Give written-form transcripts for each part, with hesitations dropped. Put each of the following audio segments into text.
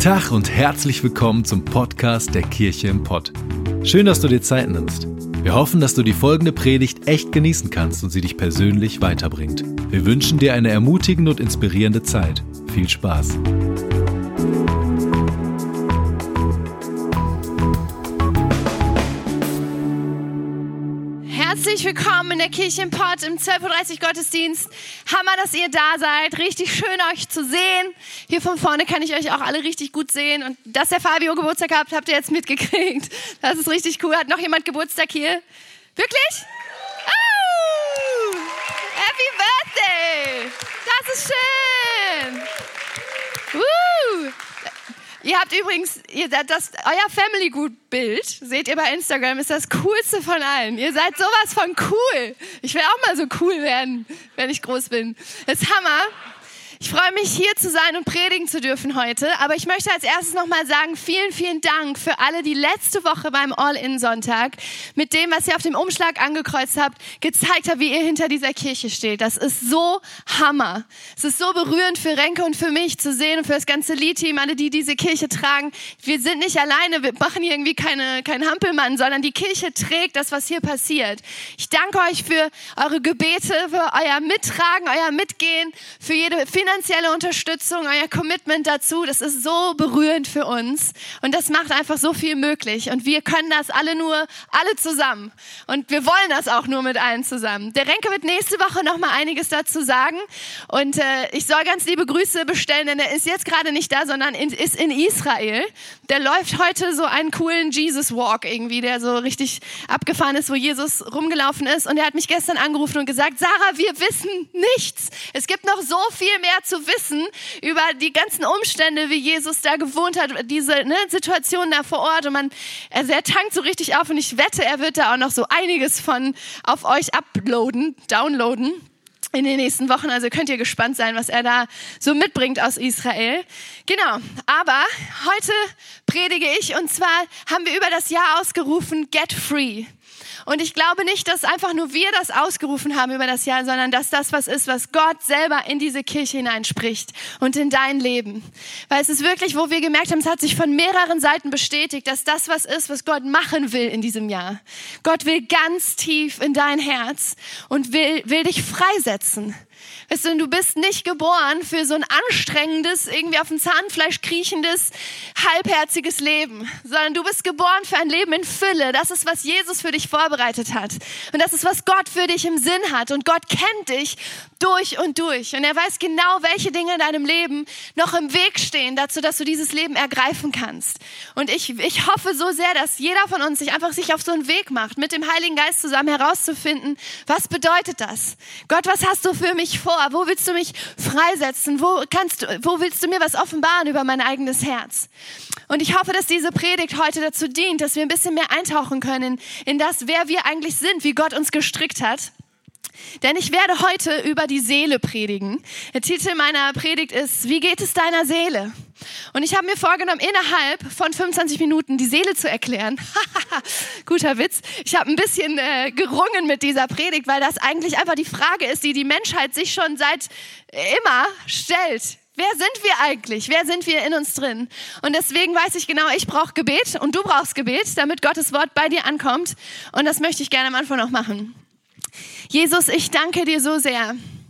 Tag und herzlich willkommen zum Podcast der Kirche im Pott. Schön, dass du dir Zeit nimmst. Wir hoffen, dass du die folgende Predigt echt genießen kannst und sie dich persönlich weiterbringt. Wir wünschen dir eine ermutigende und inspirierende Zeit. Viel Spaß. Herzlich willkommen in der Kirche im Pott im 12.30 Uhr Gottesdienst. Hammer, dass ihr da seid. Richtig schön, euch zu sehen. Hier von vorne kann ich euch auch alle richtig gut sehen. Und dass der Fabio Geburtstag hat, habt ihr jetzt mitgekriegt. Das ist richtig cool. Hat noch jemand Geburtstag hier? Wirklich? Oh! Happy Birthday! Das ist schön! Ihr habt übrigens, euer Family Group Bild, seht ihr bei Instagram, ist das coolste von allen. Ihr seid sowas von cool. Ich will auch mal so cool werden, wenn ich groß bin. Das ist Hammer. Ich freue mich, hier zu sein und predigen zu dürfen heute. Aber ich möchte als erstes nochmal sagen, vielen, vielen Dank für alle, die letzte Woche beim All-In-Sonntag mit dem, was ihr auf dem Umschlag angekreuzt habt, gezeigt habt, wie ihr hinter dieser Kirche steht. Das ist so Hammer. Es ist so berührend für Renke und für mich zu sehen und für das ganze Lead-Team, alle, die diese Kirche tragen. Wir sind nicht alleine, wir machen hier irgendwie keinen Hampelmann, sondern die Kirche trägt das, was hier passiert. Ich danke euch für eure Gebete, für euer Mittragen, euer Mitgehen, für jede finanzielle Unterstützung, euer Commitment dazu, das ist so berührend für uns und das macht einfach so viel möglich und wir können das alle zusammen und wir wollen das auch nur mit allen zusammen. Der Renke wird nächste Woche noch mal einiges dazu sagen und ich soll ganz liebe Grüße bestellen, denn er ist jetzt gerade nicht da, sondern ist in Israel. Der läuft heute so einen coolen Jesus Walk irgendwie, der so richtig abgefahren ist, wo Jesus rumgelaufen ist und er hat mich gestern angerufen und gesagt, Sarah, wir wissen nichts. Es gibt noch so viel mehr zu wissen über die ganzen Umstände, wie Jesus da gewohnt hat, diese Situation da vor Ort. Und er tankt so richtig auf und ich wette, er wird da auch noch so einiges von auf euch downloaden in den nächsten Wochen. Also könnt ihr gespannt sein, was er da so mitbringt aus Israel. Genau, aber heute predige ich und zwar haben wir über das Jahr ausgerufen, Get Free. Und ich glaube nicht, dass einfach nur wir das ausgerufen haben über das Jahr, sondern dass das was ist, was Gott selber in diese Kirche hineinspricht und in dein Leben. Weil es ist wirklich, wo wir gemerkt haben, es hat sich von mehreren Seiten bestätigt, dass das was ist, was Gott machen will in diesem Jahr. Gott will ganz tief in dein Herz und will dich freisetzen. Weißt du bist nicht geboren für so ein anstrengendes, irgendwie auf dem Zahnfleisch kriechendes, halbherziges Leben, sondern du bist geboren für ein Leben in Fülle. Das ist, was Jesus für dich vorbereitet hat. Und das ist, was Gott für dich im Sinn hat. Und Gott kennt dich durch und durch. Und er weiß genau, welche Dinge in deinem Leben noch im Weg stehen dazu, dass du dieses Leben ergreifen kannst. Und ich hoffe so sehr, dass jeder von uns sich auf so einen Weg macht, mit dem Heiligen Geist zusammen herauszufinden, was bedeutet das? Gott, was hast du für mich vor? Wo willst du mich freisetzen? Wo willst du mir was offenbaren über mein eigenes Herz? Und ich hoffe, dass diese Predigt heute dazu dient, dass wir ein bisschen mehr eintauchen können in das, wer wir eigentlich sind, wie Gott uns gestrickt hat. Denn ich werde heute über die Seele predigen. Der Titel meiner Predigt ist, wie geht es deiner Seele? Und ich habe mir vorgenommen, innerhalb von 25 Minuten die Seele zu erklären. Guter Witz. Ich habe ein bisschen gerungen mit dieser Predigt, weil das eigentlich einfach die Frage ist, die Menschheit sich schon seit immer stellt. Wer sind wir eigentlich? Wer sind wir in uns drin? Und deswegen weiß ich genau, ich brauche Gebet und du brauchst Gebet, damit Gottes Wort bei dir ankommt. Und das möchte ich gerne am Anfang noch machen. Jesus, ich danke dir so sehr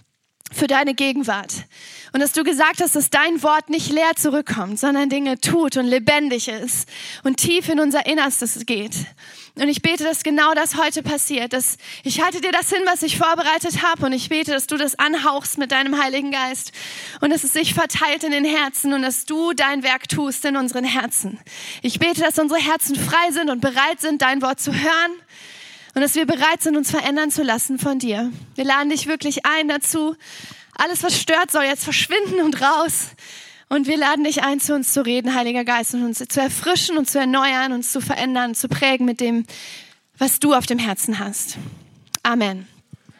für deine Gegenwart und dass du gesagt hast, dass dein Wort nicht leer zurückkommt, sondern Dinge tut und lebendig ist und tief in unser Innerstes geht. Und ich bete, dass genau das heute passiert, dass ich halte dir das hin, was ich vorbereitet habe und ich bete, dass du das anhauchst mit deinem Heiligen Geist und dass es sich verteilt in den Herzen und dass du dein Werk tust in unseren Herzen. Ich bete, dass unsere Herzen frei sind und bereit sind, dein Wort zu hören. Und dass wir bereit sind, uns verändern zu lassen von dir. Wir laden dich wirklich ein dazu. Alles, was stört, soll jetzt verschwinden und raus. Und wir laden dich ein, zu uns zu reden, Heiliger Geist, und uns zu erfrischen und zu erneuern, uns zu verändern, zu prägen mit dem, was du auf dem Herzen hast. Amen.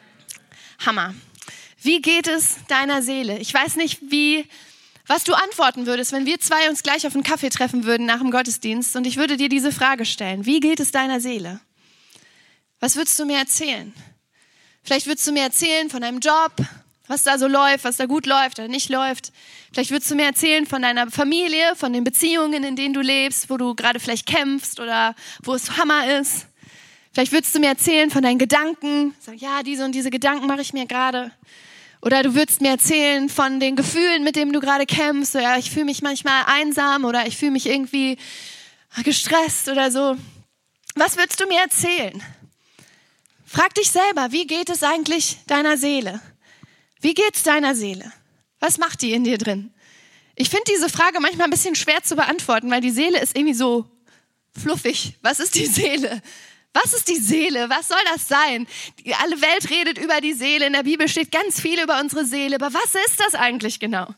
Hammer. Wie geht es deiner Seele? Ich weiß nicht, was du antworten würdest, wenn wir zwei uns gleich auf einen Kaffee treffen würden nach dem Gottesdienst und ich würde dir diese Frage stellen. Wie geht es deiner Seele? Was würdest du mir erzählen? Vielleicht würdest du mir erzählen von deinem Job, was da so läuft, was da gut läuft oder nicht läuft. Vielleicht würdest du mir erzählen von deiner Familie, von den Beziehungen, in denen du lebst, wo du gerade vielleicht kämpfst oder wo es Hammer ist. Vielleicht würdest du mir erzählen von deinen Gedanken. Sag, ja, diese und diese Gedanken mache ich mir gerade. Oder du würdest mir erzählen von den Gefühlen, mit denen du gerade kämpfst. So, ja, ich fühle mich manchmal einsam oder ich fühle mich irgendwie gestresst oder so. Was würdest du mir erzählen? Frag dich selber, wie geht es eigentlich deiner Seele? Wie geht's deiner Seele? Was macht die in dir drin? Ich finde diese Frage manchmal ein bisschen schwer zu beantworten, weil die Seele ist irgendwie so fluffig. Was ist die Seele? Was ist die Seele? Was soll das sein? Alle Welt redet über die Seele. In der Bibel steht ganz viel über unsere Seele. Aber was ist das eigentlich genau?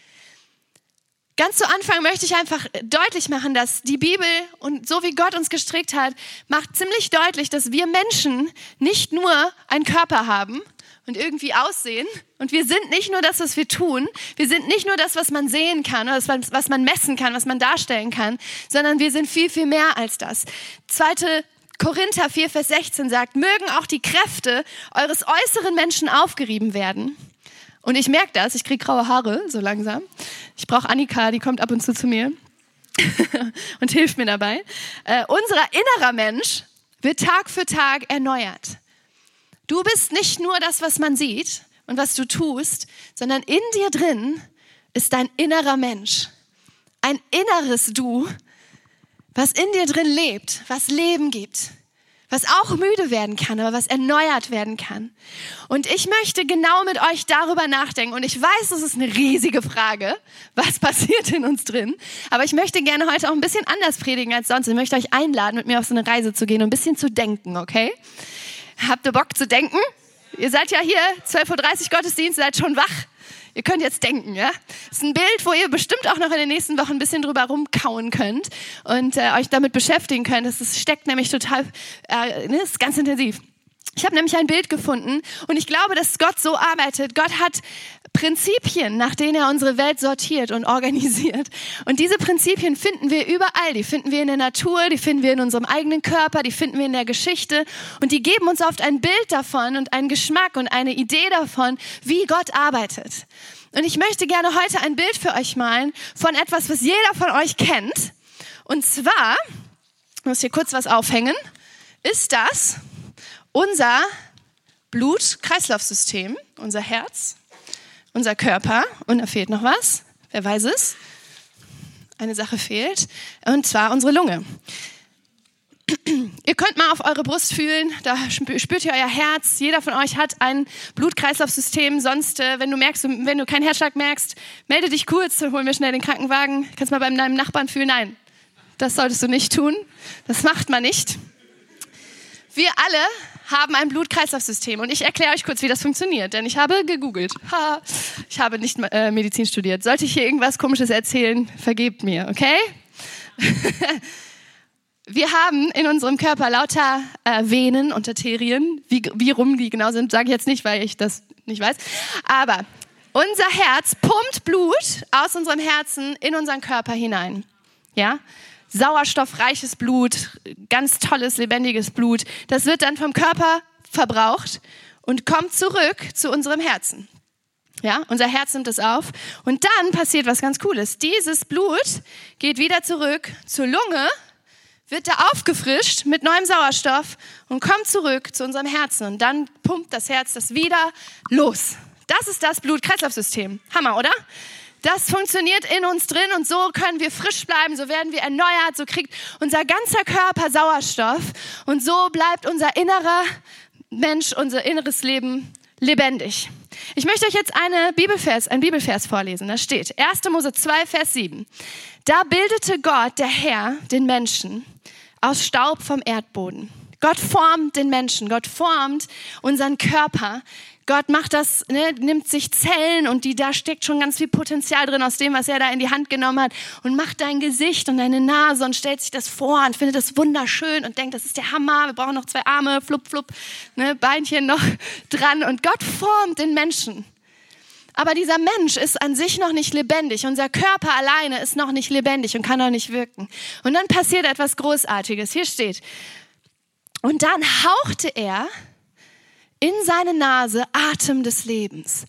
Ganz zu Anfang möchte ich einfach deutlich machen, dass die Bibel und so wie Gott uns gestrickt hat, macht ziemlich deutlich, dass wir Menschen nicht nur einen Körper haben und irgendwie aussehen. Und wir sind nicht nur das, was wir tun. Wir sind nicht nur das, was man sehen kann oder was man messen kann, was man darstellen kann, sondern wir sind viel, viel mehr als das. 2. Korinther 4, Vers 16 sagt, mögen auch die Kräfte eures äußeren Menschen aufgerieben werden. Und ich merke das, ich kriege graue Haare so langsam. Ich brauche Annika, die kommt ab und zu mir und hilft mir dabei. Unser innerer Mensch wird Tag für Tag erneuert. Du bist nicht nur das, was man sieht und was du tust, sondern in dir drin ist dein innerer Mensch. Ein inneres Du, was in dir drin lebt, was Leben gibt, was auch müde werden kann, aber was erneuert werden kann. Und ich möchte genau mit euch darüber nachdenken. Und ich weiß, das ist eine riesige Frage, was passiert in uns drin. Aber ich möchte gerne heute auch ein bisschen anders predigen als sonst. Ich möchte euch einladen, mit mir auf so eine Reise zu gehen und ein bisschen zu denken, okay? Habt ihr Bock zu denken? Ihr seid ja hier, 12.30 Uhr Gottesdienst, seid schon wach. Ihr könnt jetzt denken, ja? Das ist ein Bild, wo ihr bestimmt auch noch in den nächsten Wochen ein bisschen drüber rumkauen könnt und euch damit beschäftigen könnt. Das steckt nämlich total, das ist ganz intensiv. Ich habe nämlich ein Bild gefunden und ich glaube, dass Gott so arbeitet. Gott hat Prinzipien, nach denen er unsere Welt sortiert und organisiert. Und diese Prinzipien finden wir überall. Die finden wir in der Natur, die finden wir in unserem eigenen Körper, die finden wir in der Geschichte. Und die geben uns oft ein Bild davon und einen Geschmack und eine Idee davon, wie Gott arbeitet. Und ich möchte gerne heute ein Bild für euch malen von etwas, was jeder von euch kennt. Und zwar, ich muss hier kurz was aufhängen, ist das unser Blut-Kreislauf-System, unser Herz, unser Körper. Und da fehlt noch was. Wer weiß es? Eine Sache fehlt. Und zwar unsere Lunge. Ihr könnt mal auf eure Brust fühlen. Da spürt ihr euer Herz. Jeder von euch hat ein Blut-Kreislauf-System. Sonst, wenn du keinen Herzschlag merkst, melde dich kurz. Dann holen wir schnell den Krankenwagen. Kannst mal bei deinem Nachbarn fühlen. Nein, das solltest du nicht tun. Das macht man nicht. Wir alle haben ein Blut-Kreislauf-System und ich erkläre euch kurz, wie das funktioniert, denn ich habe gegoogelt. Ich habe nicht Medizin studiert. Sollte ich hier irgendwas Komisches erzählen, vergebt mir, okay? Wir haben in unserem Körper lauter Venen und Arterien. Wie rum die genau sind, sage ich jetzt nicht, weil ich das nicht weiß. Aber unser Herz pumpt Blut aus unserem Herzen in unseren Körper hinein. Ja? Sauerstoffreiches Blut, ganz tolles, lebendiges Blut. Das wird dann vom Körper verbraucht und kommt zurück zu unserem Herzen. Ja, unser Herz nimmt es auf und dann passiert was ganz Cooles. Dieses Blut geht wieder zurück zur Lunge, wird da aufgefrischt mit neuem Sauerstoff und kommt zurück zu unserem Herzen. Und dann pumpt das Herz das wieder los. Das ist das Blut-Kreislauf-System. Hammer, oder? Das funktioniert in uns drin und so können wir frisch bleiben, so werden wir erneuert, so kriegt unser ganzer Körper Sauerstoff und so bleibt unser innerer Mensch, unser inneres Leben lebendig. Ich möchte euch jetzt einen Bibelvers vorlesen. Da steht 1. Mose 2, Vers 7. Da bildete Gott, der Herr, den Menschen aus Staub vom Erdboden. Gott formt den Menschen, Gott formt unseren Körper. Gott macht das, nimmt sich Zellen und da steckt schon ganz viel Potenzial drin aus dem, was er da in die Hand genommen hat und macht dein Gesicht und deine Nase und stellt sich das vor und findet das wunderschön und denkt, das ist der Hammer, wir brauchen noch 2 Arme, flupp, flupp, Beinchen noch dran und Gott formt den Menschen. Aber dieser Mensch ist an sich noch nicht lebendig. Unser Körper alleine ist noch nicht lebendig und kann noch nicht wirken. Und dann passiert etwas Großartiges. Hier steht, und dann hauchte er in seine Nase Atem des Lebens.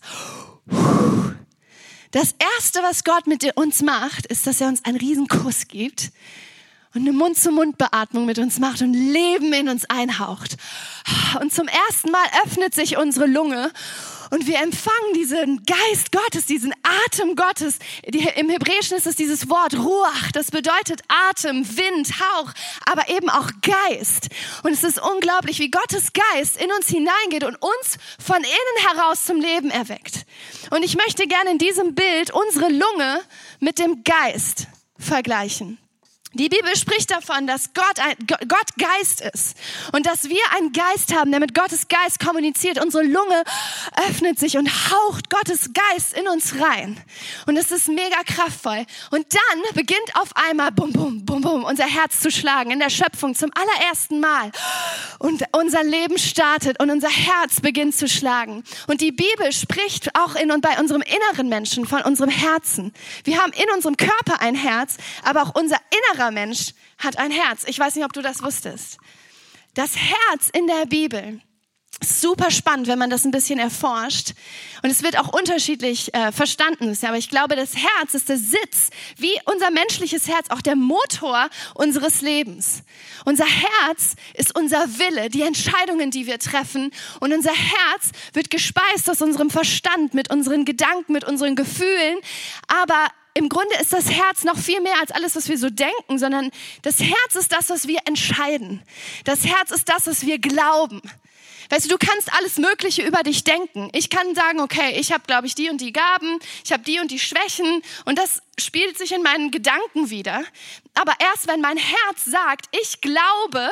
Das Erste, was Gott mit uns macht, ist, dass er uns einen riesen Kuss gibt und eine Mund-zu-Mund-Beatmung mit uns macht und Leben in uns einhaucht. Und zum ersten Mal öffnet sich unsere Lunge und wir empfangen diesen Geist Gottes, diesen Atem Gottes. Im Hebräischen ist es dieses Wort Ruach, das bedeutet Atem, Wind, Hauch, aber eben auch Geist. Und es ist unglaublich, wie Gottes Geist in uns hineingeht und uns von innen heraus zum Leben erweckt. Und ich möchte gerne in diesem Bild unsere Lunge mit dem Geist vergleichen. Die Bibel spricht davon, dass Gott Geist ist und dass wir einen Geist haben, der mit Gottes Geist kommuniziert. Unsere Lunge öffnet sich und haucht Gottes Geist in uns rein. Und es ist mega kraftvoll. Und dann beginnt auf einmal, bum, bum, bum, bum, unser Herz zu schlagen in der Schöpfung zum allerersten Mal. Und unser Leben startet und unser Herz beginnt zu schlagen. Und die Bibel spricht auch bei unserem inneren Menschen von unserem Herzen. Wir haben in unserem Körper ein Herz, aber auch unser innerer Mensch hat ein Herz. Ich weiß nicht, ob du das wusstest. Das Herz in der Bibel ist super spannend, wenn man das ein bisschen erforscht. Und es wird auch unterschiedlich verstanden. Aber ich glaube, das Herz ist der Sitz, wie unser menschliches Herz, auch der Motor unseres Lebens. Unser Herz ist unser Wille, die Entscheidungen, die wir treffen. Und unser Herz wird gespeist aus unserem Verstand, mit unseren Gedanken, mit unseren Gefühlen. Aber im Grunde ist das Herz noch viel mehr als alles, was wir so denken, sondern das Herz ist das, was wir entscheiden. Das Herz ist das, was wir glauben. Weißt du, du kannst alles Mögliche über dich denken. Ich kann sagen, okay, ich habe, glaube ich, die und die Gaben, ich habe die und die Schwächen und das spiegelt sich in meinen Gedanken wieder. Aber erst wenn mein Herz sagt, ich glaube,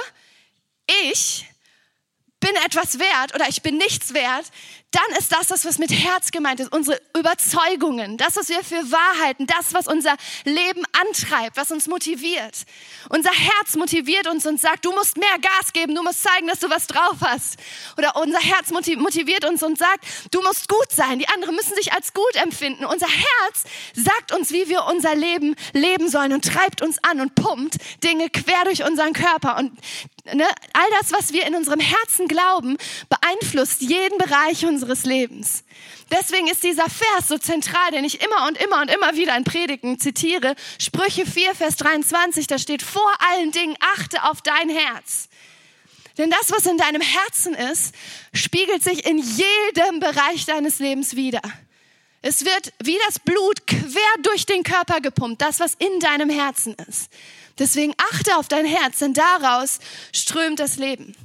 ich bin etwas wert oder ich bin nichts wert, dann ist das, was mit Herz gemeint ist, unsere Überzeugungen, das, was wir für wahr halten, das, was unser Leben antreibt, was uns motiviert. Unser Herz motiviert uns und sagt, du musst mehr Gas geben, du musst zeigen, dass du was drauf hast. Oder unser Herz motiviert uns und sagt, du musst gut sein, die anderen müssen sich als gut empfinden. Unser Herz sagt uns, wie wir unser Leben leben sollen und treibt uns an und pumpt Dinge quer durch unseren Körper. Und all das, was wir in unserem Herzen glauben, beeinflusst jeden Bereich unseres Lebens. Deswegen ist dieser Vers so zentral, den ich immer und immer und immer wieder in Predigten zitiere. Sprüche 4, Vers 23, da steht, vor allen Dingen achte auf dein Herz. Denn das, was in deinem Herzen ist, spiegelt sich in jedem Bereich deines Lebens wider. Es wird wie das Blut quer durch den Körper gepumpt, das, was in deinem Herzen ist. Deswegen achte auf dein Herz, denn daraus strömt das Leben.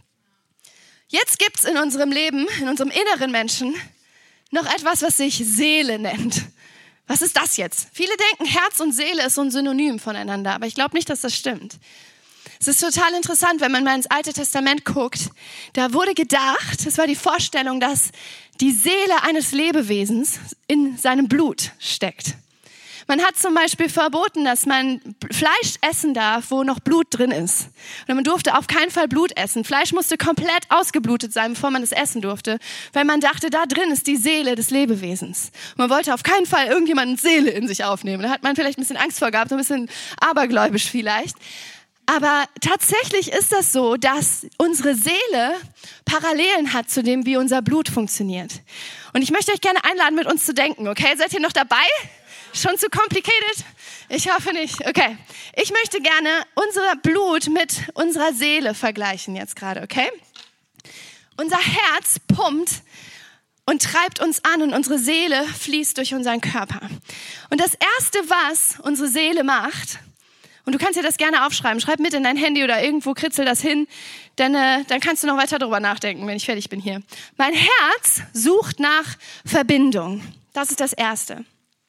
Jetzt gibt's in unserem Leben, in unserem inneren Menschen, noch etwas, was sich Seele nennt. Was ist das jetzt? Viele denken, Herz und Seele ist so ein Synonym voneinander, aber ich glaube nicht, dass das stimmt. Es ist total interessant, wenn man mal ins Alte Testament guckt. Da wurde gedacht, es war die Vorstellung, dass die Seele eines Lebewesens in seinem Blut steckt. Man hat zum Beispiel verboten, dass man Fleisch essen darf, wo noch Blut drin ist. Oder man durfte auf keinen Fall Blut essen. Fleisch musste komplett ausgeblutet sein, bevor man es essen durfte, weil man dachte, da drin ist die Seele des Lebewesens. Und man wollte auf keinen Fall irgendjemandens Seele in sich aufnehmen. Da hat man vielleicht ein bisschen Angst vor gehabt, ein bisschen abergläubisch vielleicht. Aber tatsächlich ist das so, dass unsere Seele Parallelen hat zu dem, wie unser Blut funktioniert. Und ich möchte euch gerne einladen, mit uns zu denken, okay? Seid ihr noch dabei? Schon zu complicated? Ich hoffe nicht. Okay. Ich möchte gerne unser Blut mit unserer Seele vergleichen jetzt gerade, okay? Unser Herz pumpt und treibt uns an und unsere Seele fließt durch unseren Körper. Und das Erste, was unsere Seele macht, und du kannst dir das gerne aufschreiben, schreib mit in dein Handy oder irgendwo, kritzel das hin, denn dann kannst du noch weiter drüber nachdenken, wenn ich fertig bin hier. Mein Herz sucht nach Verbindung. Das ist das Erste.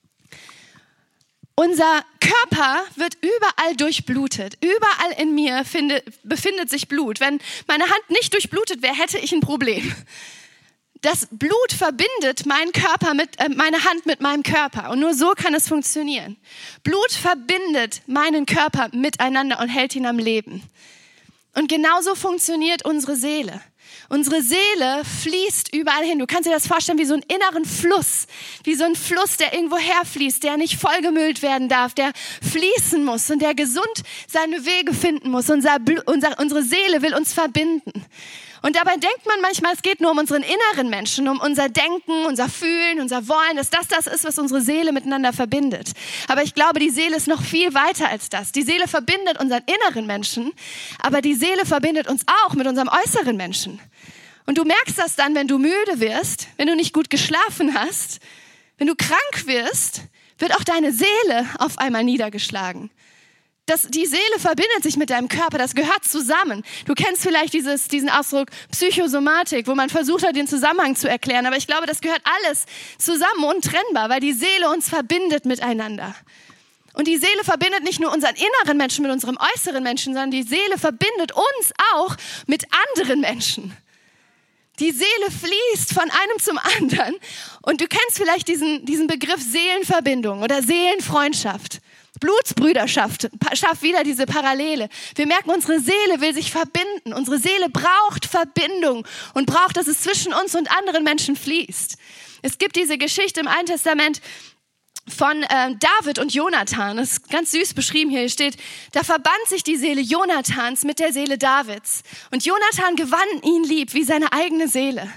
Unser Körper wird überall durchblutet. Überall in mir befindet sich Blut. Wenn meine Hand nicht durchblutet wäre, hätte ich ein Problem. Das Blut verbindet meine Hand mit meinem Körper. Und nur so kann es funktionieren. Blut verbindet meinen Körper miteinander und hält ihn am Leben. Und genauso funktioniert unsere Seele. Unsere Seele fließt überall hin. Du kannst dir das vorstellen wie so einen inneren Fluss. Wie so ein Fluss, der irgendwo herfließt, der nicht vollgemüllt werden darf, der fließen muss und der gesund seine Wege finden muss. Unsere Seele will uns verbinden. Und dabei denkt man manchmal, es geht nur um unseren inneren Menschen, um unser Denken, unser Fühlen, unser Wollen, dass das ist, was unsere Seele miteinander verbindet. Aber ich glaube, die Seele ist noch viel weiter als das. Die Seele verbindet unseren inneren Menschen, aber die Seele verbindet uns auch mit unserem äußeren Menschen. Und du merkst das dann, wenn du müde wirst, wenn du nicht gut geschlafen hast, wenn du krank wirst, wird auch deine Seele auf einmal niedergeschlagen. Die Seele verbindet sich mit deinem Körper, das gehört zusammen. Du kennst vielleicht diesen Ausdruck Psychosomatik, wo man versucht hat, den Zusammenhang zu erklären. Aber ich glaube, das gehört alles zusammen, untrennbar, weil die Seele uns verbindet miteinander. Und die Seele verbindet nicht nur unseren inneren Menschen mit unserem äußeren Menschen, sondern die Seele verbindet uns auch mit anderen Menschen. Die Seele fließt von einem zum anderen. Und du kennst vielleicht diesen Begriff Seelenverbindung oder Seelenfreundschaft. Blutsbrüderschaft schafft wieder diese Parallele. Wir merken, unsere Seele will sich verbinden. Unsere Seele braucht Verbindung und braucht, dass es zwischen uns und anderen Menschen fließt. Es gibt diese Geschichte im Alten Testament von David und Jonathan. Das ist ganz süß beschrieben hier. Hier steht, da verband sich die Seele Jonathans mit der Seele Davids. Und Jonathan gewann ihn lieb wie seine eigene Seele.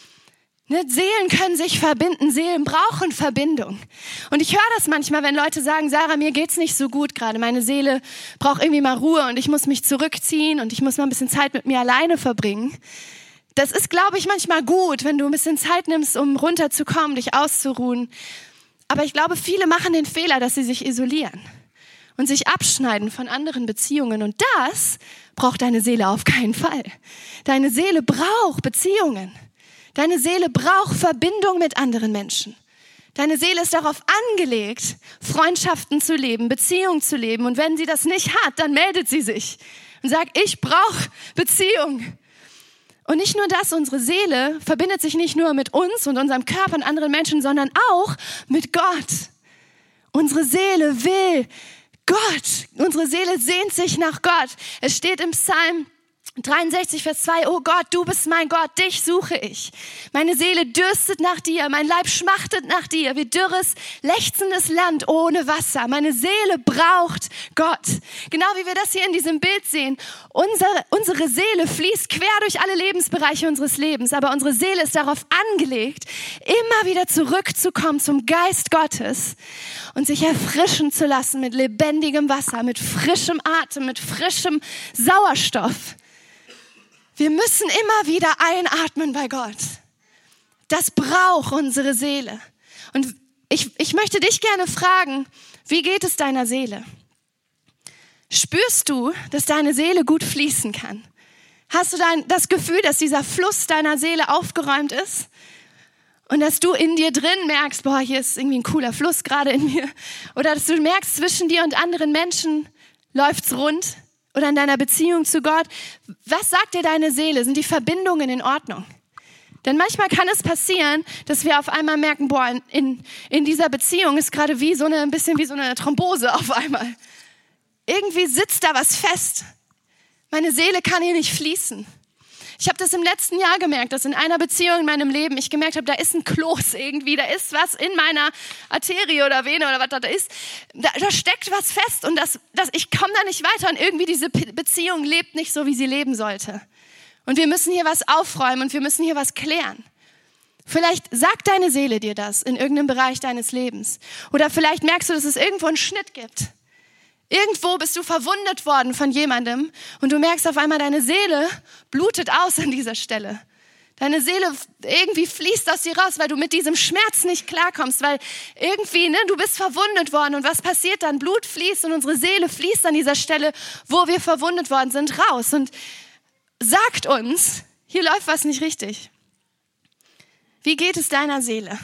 Seelen können sich verbinden, Seelen brauchen Verbindung. Und ich höre das manchmal, wenn Leute sagen, Sarah, mir geht's nicht so gut gerade, meine Seele braucht irgendwie mal Ruhe und ich muss mich zurückziehen und ich muss mal ein bisschen Zeit mit mir alleine verbringen. Das ist, glaube ich, manchmal gut, wenn du ein bisschen Zeit nimmst, um runterzukommen, dich auszuruhen. Aber ich glaube, viele machen den Fehler, dass sie sich isolieren und sich abschneiden von anderen Beziehungen. Und das braucht deine Seele auf keinen Fall. Deine Seele braucht Beziehungen. Deine Seele braucht Verbindung mit anderen Menschen. Deine Seele ist darauf angelegt, Freundschaften zu leben, Beziehungen zu leben. Und wenn sie das nicht hat, dann meldet sie sich und sagt, ich brauche Beziehung. Und nicht nur das, unsere Seele verbindet sich nicht nur mit uns und unserem Körper und anderen Menschen, sondern auch mit Gott. Unsere Seele will Gott. Unsere Seele sehnt sich nach Gott. Es steht im Psalm 63, Vers 2, oh Gott, du bist mein Gott, dich suche ich. Meine Seele dürstet nach dir, mein Leib schmachtet nach dir, wie dürres, lechzendes Land ohne Wasser. Meine Seele braucht Gott. Genau wie wir das hier in diesem Bild sehen. Unsere Seele fließt quer durch alle Lebensbereiche unseres Lebens, aber unsere Seele ist darauf angelegt, immer wieder zurückzukommen zum Geist Gottes und sich erfrischen zu lassen mit lebendigem Wasser, mit frischem Atem, mit frischem Sauerstoff. Wir müssen immer wieder einatmen bei Gott. Das braucht unsere Seele. Und ich möchte dich gerne fragen, wie geht es deiner Seele? Spürst du, dass deine Seele gut fließen kann? Hast du das Gefühl, dass dieser Fluss deiner Seele aufgeräumt ist? Und dass du in dir drin merkst, boah, hier ist irgendwie ein cooler Fluss gerade in mir. Oder dass du merkst, zwischen dir und anderen Menschen läuft's rund. Oder in deiner Beziehung zu Gott. Was sagt dir deine Seele? Sind die Verbindungen in Ordnung? Denn manchmal kann es passieren, dass wir auf einmal merken, boah, in dieser Beziehung ist gerade ein bisschen wie so eine Thrombose auf einmal. Irgendwie sitzt da was fest. Meine Seele kann hier nicht fließen. Ich habe das im letzten Jahr gemerkt, dass in einer Beziehung in meinem Leben ich gemerkt habe, da ist ein Kloß irgendwie, da ist was in meiner Arterie oder Vene oder was da ist. Da steckt was fest und ich komme da nicht weiter und irgendwie diese Beziehung lebt nicht so, wie sie leben sollte. Und wir müssen hier was aufräumen und wir müssen hier was klären. Vielleicht sagt deine Seele dir das in irgendeinem Bereich deines Lebens. Oder vielleicht merkst du, dass es irgendwo einen Schnitt gibt. Irgendwo bist du verwundet worden von jemandem und du merkst auf einmal, deine Seele blutet aus an dieser Stelle. Deine Seele irgendwie fließt aus dir raus, weil du mit diesem Schmerz nicht klarkommst, weil irgendwie, du bist verwundet worden und was passiert dann? Blut fließt und unsere Seele fließt an dieser Stelle, wo wir verwundet worden sind, raus und sagt uns, hier läuft was nicht richtig. Wie geht es deiner Seele?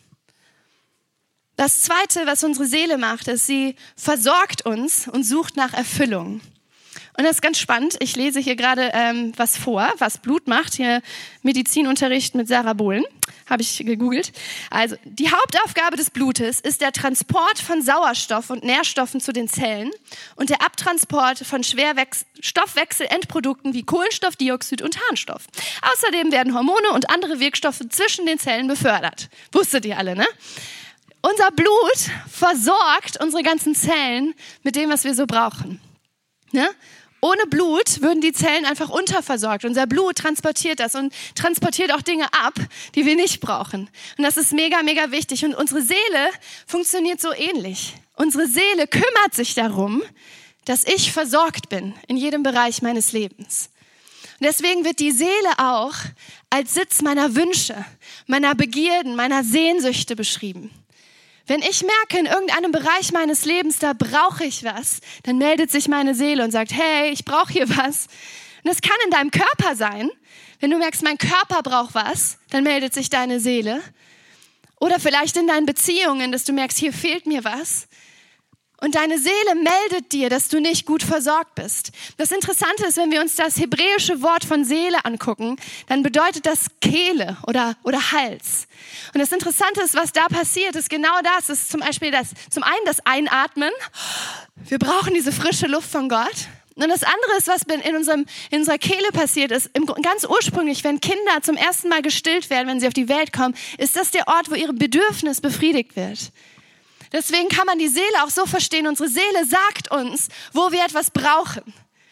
Das Zweite, was unsere Seele macht, ist, sie versorgt uns und sucht nach Erfüllung. Und das ist ganz spannend. Ich lese hier gerade was vor, was Blut macht. Hier Medizinunterricht mit Sarah Bohlen, habe ich gegoogelt. Also die Hauptaufgabe des Blutes ist der Transport von Sauerstoff und Nährstoffen zu den Zellen und der Abtransport von Stoffwechselendprodukten wie Kohlenstoffdioxid und Harnstoff. Außerdem werden Hormone und andere Wirkstoffe zwischen den Zellen befördert. Wusstet ihr alle, ne? Unser Blut versorgt unsere ganzen Zellen mit dem, was wir so brauchen. Ne? Ohne Blut würden die Zellen einfach unterversorgt. Unser Blut transportiert das und transportiert auch Dinge ab, die wir nicht brauchen. Und das ist mega, mega wichtig. Und unsere Seele funktioniert so ähnlich. Unsere Seele kümmert sich darum, dass ich versorgt bin in jedem Bereich meines Lebens. Und deswegen wird die Seele auch als Sitz meiner Wünsche, meiner Begierden, meiner Sehnsüchte beschrieben. Wenn ich merke, in irgendeinem Bereich meines Lebens, da brauche ich was, dann meldet sich meine Seele und sagt, hey, ich brauche hier was. Und das kann in deinem Körper sein. Wenn du merkst, mein Körper braucht was, dann meldet sich deine Seele. Oder vielleicht in deinen Beziehungen, dass du merkst, hier fehlt mir was. Und deine Seele meldet dir, dass du nicht gut versorgt bist. Das Interessante ist, wenn wir uns das hebräische Wort von Seele angucken, dann bedeutet das Kehle oder Hals. Und das Interessante ist, was da passiert, ist genau das. Es ist zum Beispiel zum einen das Einatmen. Wir brauchen diese frische Luft von Gott. Und das andere ist, was in unserer Kehle passiert ist, ganz ursprünglich, wenn Kinder zum ersten Mal gestillt werden, wenn sie auf die Welt kommen, ist das der Ort, wo ihr Bedürfnis befriedigt wird. Deswegen kann man die Seele auch so verstehen. Unsere Seele sagt uns, wo wir etwas brauchen.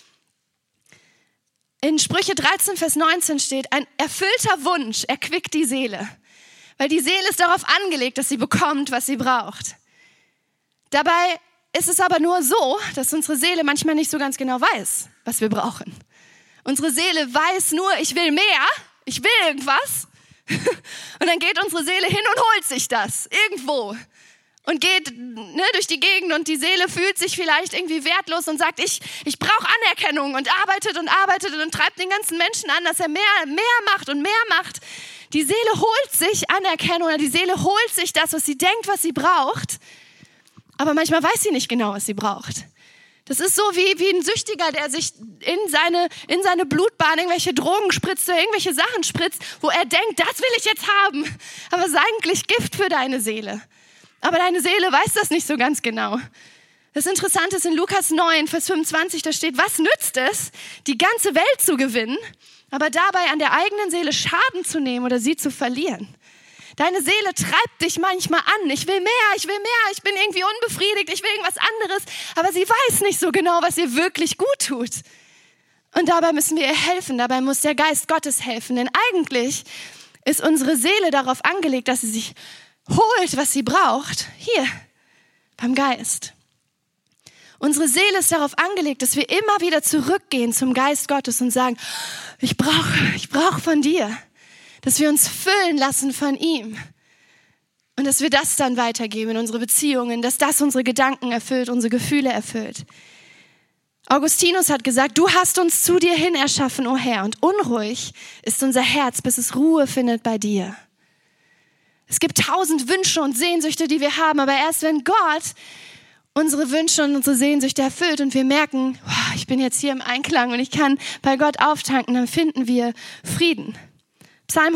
In Sprüche 13, Vers 19 steht, ein erfüllter Wunsch erquickt die Seele. Weil die Seele ist darauf angelegt, dass sie bekommt, was sie braucht. Dabei ist es aber nur so, dass unsere Seele manchmal nicht so ganz genau weiß, was wir brauchen. Unsere Seele weiß nur, ich will mehr, ich will irgendwas. Und dann geht unsere Seele hin und holt sich das irgendwo. Und geht durch die Gegend und die Seele fühlt sich vielleicht irgendwie wertlos und sagt, ich brauche Anerkennung und arbeitet und treibt den ganzen Menschen an, dass er mehr macht und mehr macht. Die Seele holt sich Anerkennung oder die Seele holt sich das, was sie denkt, was sie braucht. Aber manchmal weiß sie nicht genau, was sie braucht. Das ist so wie ein Süchtiger, der sich in seine Blutbahn irgendwelche Drogen spritzt oder irgendwelche Sachen spritzt, wo er denkt, das will ich jetzt haben. Aber es ist eigentlich Gift für deine Seele. Aber deine Seele weiß das nicht so ganz genau. Das Interessante ist in Lukas 9, Vers 25, da steht, was nützt es, die ganze Welt zu gewinnen, aber dabei an der eigenen Seele Schaden zu nehmen oder sie zu verlieren? Deine Seele treibt dich manchmal an. Ich will mehr, ich bin irgendwie unbefriedigt, ich will irgendwas anderes, aber sie weiß nicht so genau, was ihr wirklich gut tut. Und dabei müssen wir ihr helfen, dabei muss der Geist Gottes helfen, denn eigentlich ist unsere Seele darauf angelegt, dass sie sich holt, was sie braucht, hier, beim Geist. Unsere Seele ist darauf angelegt, dass wir immer wieder zurückgehen zum Geist Gottes und sagen, ich brauche von dir. Dass wir uns füllen lassen von ihm. Und dass wir das dann weitergeben in unsere Beziehungen, dass das unsere Gedanken erfüllt, unsere Gefühle erfüllt. Augustinus hat gesagt, du hast uns zu dir hin erschaffen, o Herr, und unruhig ist unser Herz, bis es Ruhe findet bei dir. Es gibt 1000 Wünsche und Sehnsüchte, die wir haben, aber erst wenn Gott unsere Wünsche und unsere Sehnsüchte erfüllt und wir merken, ich bin jetzt hier im Einklang und ich kann bei Gott auftanken, dann finden wir Frieden. Psalm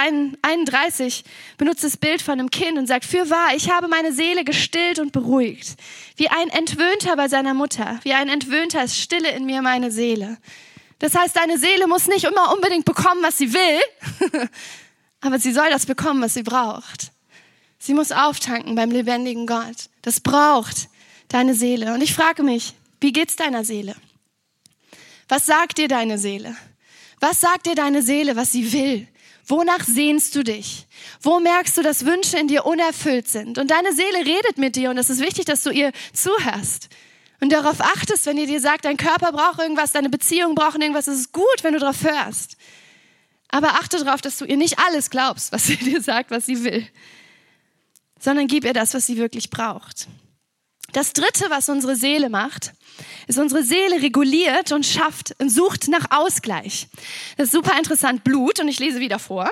131 benutzt das Bild von einem Kind und sagt, fürwahr, ich habe meine Seele gestillt und beruhigt. Wie ein Entwöhnter bei seiner Mutter, wie ein Entwöhnter ist Stille in mir meine Seele. Das heißt, deine Seele muss nicht immer unbedingt bekommen, was sie will, aber sie soll das bekommen, was sie braucht. Sie muss auftanken beim lebendigen Gott. Das braucht deine Seele. Und ich frage mich, wie geht's deiner Seele? Was sagt dir deine Seele? Was sagt dir deine Seele, was sie will? Wonach sehnst du dich? Wo merkst du, dass Wünsche in dir unerfüllt sind? Und deine Seele redet mit dir und es ist wichtig, dass du ihr zuhörst. Und darauf achtest, wenn ihr dir sagt, dein Körper braucht irgendwas, deine Beziehungen brauchen irgendwas, es ist gut, wenn du darauf hörst. Aber achte darauf, dass du ihr nicht alles glaubst, was sie dir sagt, was sie will. Sondern gib ihr das, was sie wirklich braucht. Das Dritte, was unsere Seele macht, ist, unsere Seele reguliert und schafft und sucht nach Ausgleich. Das ist super interessant. Blut, und ich lese wieder vor,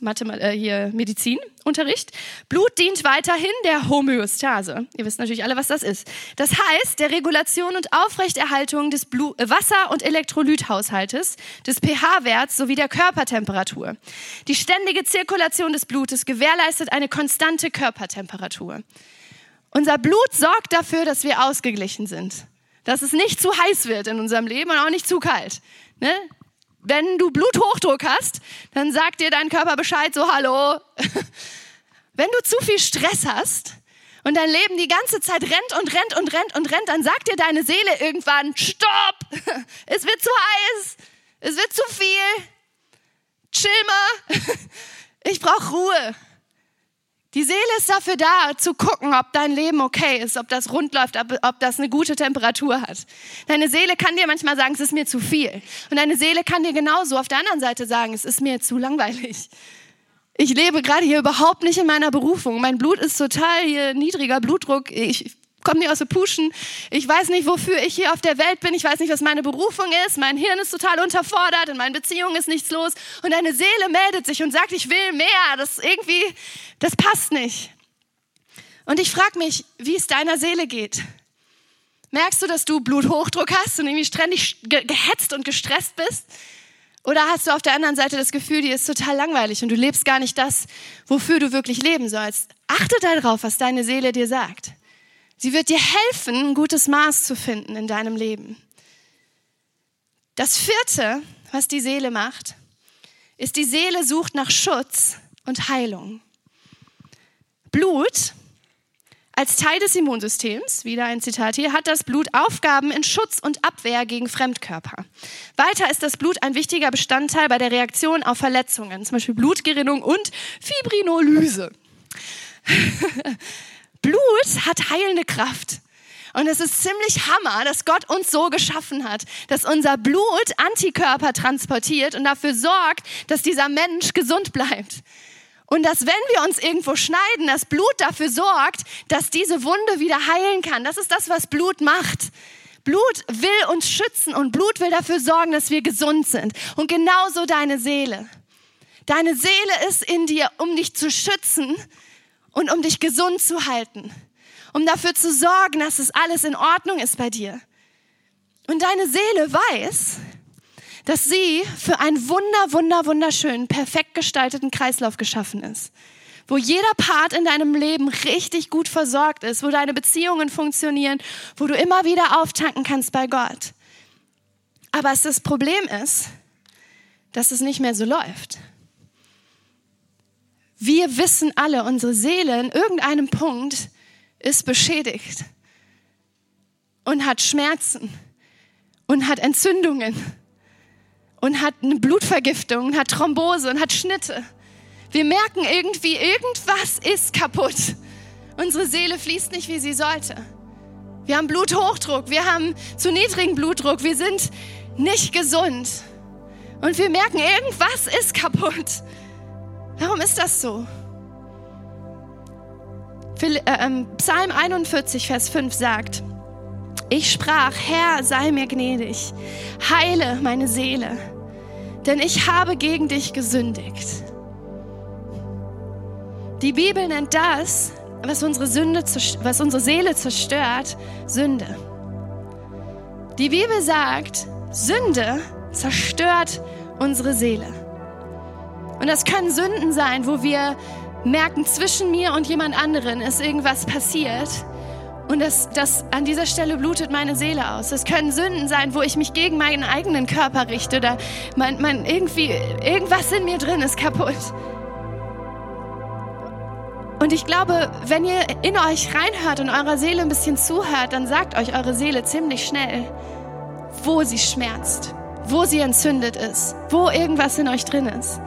Medizinunterricht. Blut dient weiterhin der Homöostase. Ihr wisst natürlich alle, was das ist. Das heißt, der Regulation und Aufrechterhaltung des Wasser- und Elektrolythaushaltes, des pH-Werts sowie der Körpertemperatur. Die ständige Zirkulation des Blutes gewährleistet eine konstante Körpertemperatur. Unser Blut sorgt dafür, dass wir ausgeglichen sind. Dass es nicht zu heiß wird in unserem Leben und auch nicht zu kalt. Ne? Wenn du Bluthochdruck hast, dann sagt dir dein Körper Bescheid, so hallo. Wenn du zu viel Stress hast und dein Leben die ganze Zeit rennt, dann sagt dir deine Seele irgendwann, stopp, es wird zu heiß, es wird zu viel, chill mal, ich brauche Ruhe. Die Seele ist dafür da, zu gucken, ob dein Leben okay ist, ob das rund läuft, ob das eine gute Temperatur hat. Deine Seele kann dir manchmal sagen, es ist mir zu viel. Und deine Seele kann dir genauso auf der anderen Seite sagen, es ist mir zu langweilig. Ich lebe gerade hier überhaupt nicht in meiner Berufung. Mein Blut ist total hier niedriger Blutdruck. Ich komme nicht aus der Puschen. Ich weiß nicht, wofür ich hier auf der Welt bin. Ich weiß nicht, was meine Berufung ist. Mein Hirn ist total unterfordert. In meinen Beziehungen ist nichts los. Und deine Seele meldet sich und sagt, ich will mehr. Das passt nicht. Und ich frage mich, wie es deiner Seele geht. Merkst du, dass du Bluthochdruck hast und irgendwie ständig gehetzt und gestresst bist? Oder hast du auf der anderen Seite das Gefühl, dir ist total langweilig und du lebst gar nicht das, wofür du wirklich leben sollst? Achte darauf, was deine Seele dir sagt. Sie wird dir helfen, ein gutes Maß zu finden in deinem Leben. Das 4., was die Seele macht, ist, die Seele sucht nach Schutz und Heilung. Blut, als Teil des Immunsystems, wieder ein Zitat hier, hat das Blut Aufgaben in Schutz und Abwehr gegen Fremdkörper. Weiter ist das Blut ein wichtiger Bestandteil bei der Reaktion auf Verletzungen, zum Beispiel Blutgerinnung und Fibrinolyse. Blut hat heilende Kraft. Und es ist ziemlich Hammer, dass Gott uns so geschaffen hat, dass unser Blut Antikörper transportiert und dafür sorgt, dass dieser Mensch gesund bleibt. Und dass, wenn wir uns irgendwo schneiden, das Blut dafür sorgt, dass diese Wunde wieder heilen kann. Das ist das, was Blut macht. Blut will uns schützen und Blut will dafür sorgen, dass wir gesund sind. Und genauso deine Seele. Deine Seele ist in dir, um dich zu schützen und um dich gesund zu halten. Um dafür zu sorgen, dass es alles in Ordnung ist bei dir. Und deine Seele weiß, dass sie für einen wunderschönen, perfekt gestalteten Kreislauf geschaffen ist. Wo jeder Part in deinem Leben richtig gut versorgt ist, wo deine Beziehungen funktionieren, wo du immer wieder auftanken kannst bei Gott. Aber das Problem ist, dass es nicht mehr so läuft. Wir wissen alle, unsere Seele in irgendeinem Punkt ist beschädigt und hat Schmerzen und hat Entzündungen und hat eine Blutvergiftung und hat Thrombose und hat Schnitte. Wir merken irgendwie, irgendwas ist kaputt. Unsere Seele fließt nicht, wie sie sollte. Wir haben Bluthochdruck, wir haben zu niedrigen Blutdruck, wir sind nicht gesund. Und wir merken, irgendwas ist kaputt. Warum ist das so? Psalm 41, Vers 5 sagt, ich sprach, Herr, sei mir gnädig, heile meine Seele, denn ich habe gegen dich gesündigt. Die Bibel nennt das, was unsere Seele zerstört, Sünde. Die Bibel sagt, Sünde zerstört unsere Seele. Und das können Sünden sein, wo wir merken, zwischen mir und jemand anderen ist irgendwas passiert. Und das an dieser Stelle blutet meine Seele aus. Das können Sünden sein, wo ich mich gegen meinen eigenen Körper richte oder irgendwas in mir drin ist kaputt. Und ich glaube, wenn ihr in euch reinhört und eurer Seele ein bisschen zuhört, dann sagt euch eure Seele ziemlich schnell, wo sie schmerzt, wo sie entzündet ist, wo irgendwas in euch drin ist.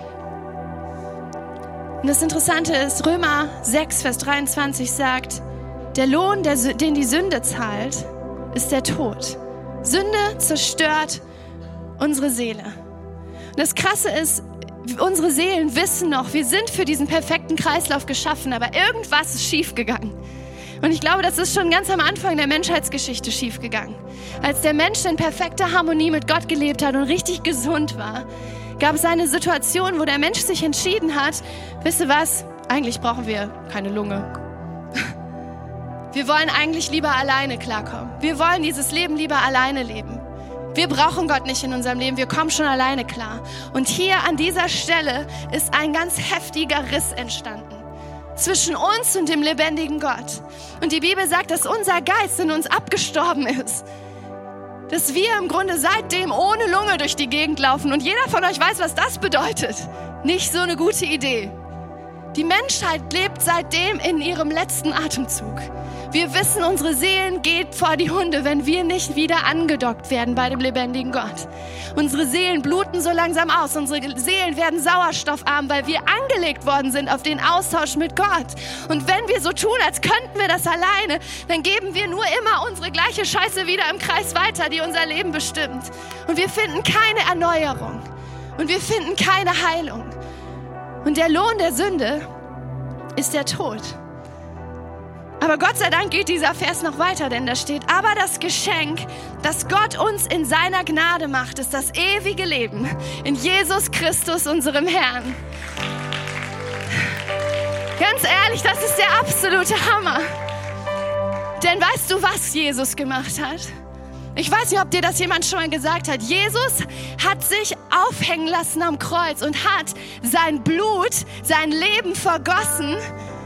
Und das Interessante ist, Römer 6, Vers 23 sagt, der Lohn, den die Sünde zahlt, ist der Tod. Sünde zerstört unsere Seele. Und das Krasse ist, unsere Seelen wissen noch, wir sind für diesen perfekten Kreislauf geschaffen, aber irgendwas ist schiefgegangen. Und ich glaube, das ist schon ganz am Anfang der Menschheitsgeschichte schiefgegangen. Als der Mensch in perfekter Harmonie mit Gott gelebt hat und richtig gesund war, gab es eine Situation, wo der Mensch sich entschieden hat, wisst ihr was, eigentlich brauchen wir keine Lunge. Wir wollen eigentlich lieber alleine klarkommen. Wir wollen dieses Leben lieber alleine leben. Wir brauchen Gott nicht in unserem Leben, wir kommen schon alleine klar. Und hier an dieser Stelle ist ein ganz heftiger Riss entstanden zwischen uns und dem lebendigen Gott. Und die Bibel sagt, dass unser Geist in uns abgestorben ist. Dass wir im Grunde seitdem ohne Lunge durch die Gegend laufen. Und jeder von euch weiß, was das bedeutet. Nicht so eine gute Idee. Die Menschheit lebt seitdem in ihrem letzten Atemzug. Wir wissen, unsere Seelen geht vor die Hunde, wenn wir nicht wieder angedockt werden bei dem lebendigen Gott. Unsere Seelen bluten so langsam aus. Unsere Seelen werden sauerstoffarm, weil wir angelegt worden sind auf den Austausch mit Gott. Und wenn wir so tun, als könnten wir das alleine, dann geben wir nur immer unsere gleiche Scheiße wieder im Kreis weiter, die unser Leben bestimmt. Und wir finden keine Erneuerung. Und wir finden keine Heilung. Und der Lohn der Sünde ist der Tod. Aber Gott sei Dank geht dieser Vers noch weiter, denn da steht, aber das Geschenk, das Gott uns in seiner Gnade macht, ist das ewige Leben in Jesus Christus, unserem Herrn. Ganz ehrlich, das ist der absolute Hammer. Denn weißt du, was Jesus gemacht hat? Ich weiß nicht, ob dir das jemand schon mal gesagt hat. Jesus hat sich aufhängen lassen am Kreuz und hat sein Blut, sein Leben vergossen,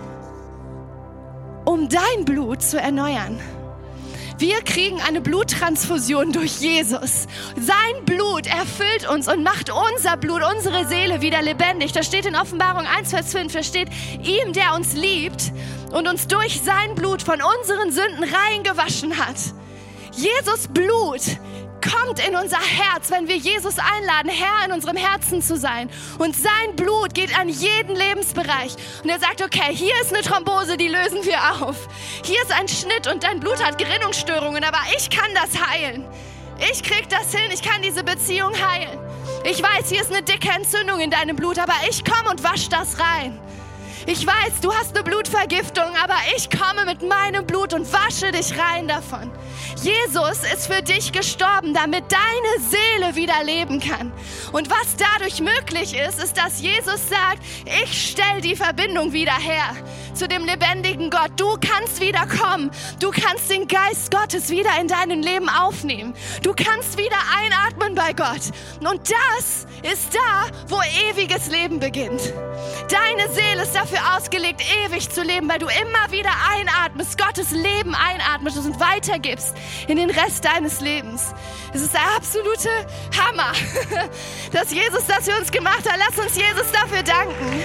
um dein Blut zu erneuern. Wir kriegen eine Bluttransfusion durch Jesus. Sein Blut erfüllt uns und macht unser Blut, unsere Seele wieder lebendig. Das steht in Offenbarung 1, Vers 5, da steht, ihm, der uns liebt und uns durch sein Blut von unseren Sünden rein gewaschen hat. Jesus Blut kommt in unser Herz, wenn wir Jesus einladen, Herr in unserem Herzen zu sein. Und sein Blut geht an jeden Lebensbereich. Und er sagt, okay, hier ist eine Thrombose, die lösen wir auf. Hier ist ein Schnitt und dein Blut hat Gerinnungsstörungen, aber ich kann das heilen. Ich krieg das hin, ich kann diese Beziehung heilen. Ich weiß, hier ist eine dicke Entzündung in deinem Blut, aber ich komme und wasche das rein. Ich weiß, du hast eine Blutvergiftung, aber ich komme mit meinem Blut und wasche dich rein davon. Jesus ist für dich gestorben, damit deine Seele wieder leben kann. Und was dadurch möglich ist, ist, dass Jesus sagt, ich stelle die Verbindung wieder her zu dem lebendigen Gott. Du kannst wieder kommen. Du kannst den Geist Gottes wieder in deinem Leben aufnehmen. Du kannst wieder einatmen bei Gott. Und das ist da, wo ewiges Leben beginnt. Deine Seele ist dafür ausgelegt, ewig zu leben, weil du immer wieder einatmest, Gottes Leben einatmest und weitergibst in den Rest deines Lebens. Es ist der absolute Hammer, dass Jesus das für uns gemacht hat. Lass uns Jesus dafür danken.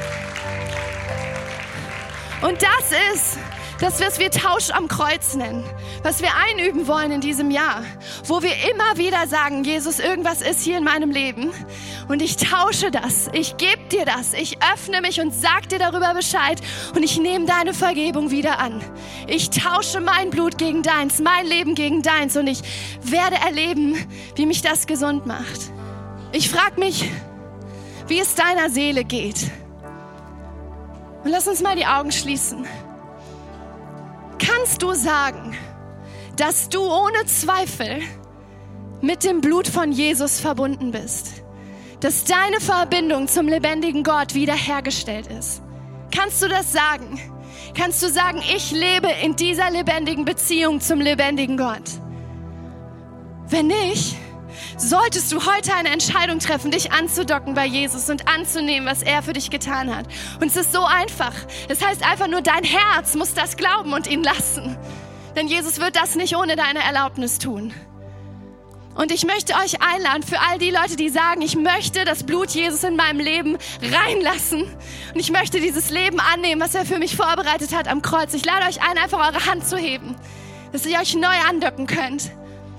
Und das ist das, was wir Tausch am Kreuz nennen, was wir einüben wollen in diesem Jahr, wo wir immer wieder sagen, Jesus, irgendwas ist hier in meinem Leben und ich tausche das, ich gebe dir das, ich öffne mich und sag dir darüber Bescheid und ich nehme deine Vergebung wieder an. Ich tausche mein Blut gegen deins, mein Leben gegen deins und ich werde erleben, wie mich das gesund macht. Ich frage mich, wie es deiner Seele geht. Und lass uns mal die Augen schließen. Kannst du sagen, dass du ohne Zweifel mit dem Blut von Jesus verbunden bist? Dass deine Verbindung zum lebendigen Gott wiederhergestellt ist? Kannst du das sagen? Kannst du sagen, ich lebe in dieser lebendigen Beziehung zum lebendigen Gott? Wenn nicht, solltest du heute eine Entscheidung treffen, dich anzudocken bei Jesus und anzunehmen, was er für dich getan hat. Und es ist so einfach. Das heißt einfach nur, dein Herz muss das glauben und ihn lassen. Denn Jesus wird das nicht ohne deine Erlaubnis tun. Und ich möchte euch einladen, für all die Leute, die sagen, ich möchte das Blut Jesus in meinem Leben reinlassen. Und ich möchte dieses Leben annehmen, was er für mich vorbereitet hat am Kreuz. Ich lade euch ein, einfach eure Hand zu heben, dass ihr euch neu andocken könnt.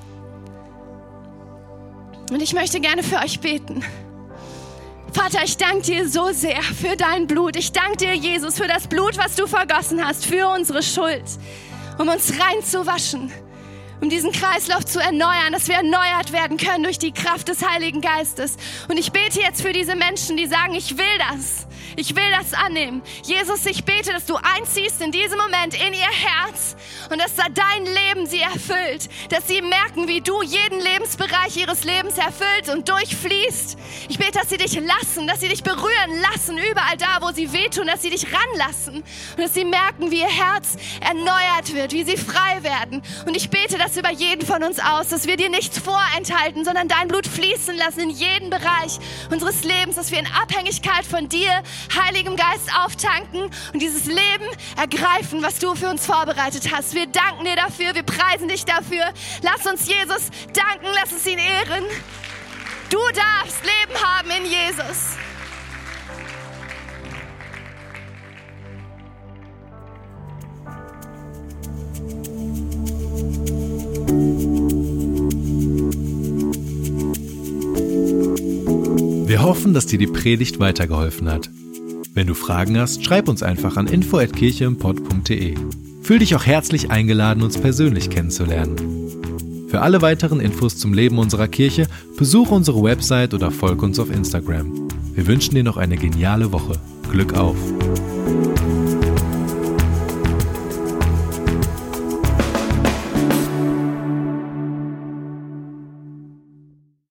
Und ich möchte gerne für euch beten. Vater, ich danke dir so sehr für dein Blut. Ich danke dir, Jesus, für das Blut, was du vergossen hast, für unsere Schuld, um uns reinzuwaschen, um diesen Kreislauf zu erneuern, dass wir erneuert werden können durch die Kraft des Heiligen Geistes. Und ich bete jetzt für diese Menschen, die sagen, ich will das. Ich will das annehmen. Jesus, ich bete, dass du einziehst in diesem Moment in ihr Herz und dass da dein Leben sie erfüllt. Dass sie merken, wie du jeden Lebensbereich ihres Lebens erfüllst und durchfließt. Ich bete, dass sie dich lassen, dass sie dich berühren lassen, überall da, wo sie wehtun, dass sie dich ranlassen. Und dass sie merken, wie ihr Herz erneuert wird, wie sie frei werden. Und ich bete das über jeden von uns aus, dass wir dir nichts vorenthalten, sondern dein Blut fließen lassen in jeden Bereich unseres Lebens, dass wir in Abhängigkeit von dir, Heiligem Geist, auftanken und dieses Leben ergreifen, was du für uns vorbereitet hast. Wir danken dir dafür, wir preisen dich dafür. Lass uns Jesus danken, lass uns ihn ehren. Du darfst Leben haben in Jesus. Wir hoffen, dass dir die Predigt weitergeholfen hat. Wenn du Fragen hast, schreib uns einfach an info@kircheimpott.de. Fühl dich auch herzlich eingeladen, uns persönlich kennenzulernen. Für alle weiteren Infos zum Leben unserer Kirche besuche unsere Website oder folge uns auf Instagram. Wir wünschen dir noch eine geniale Woche. Glück auf!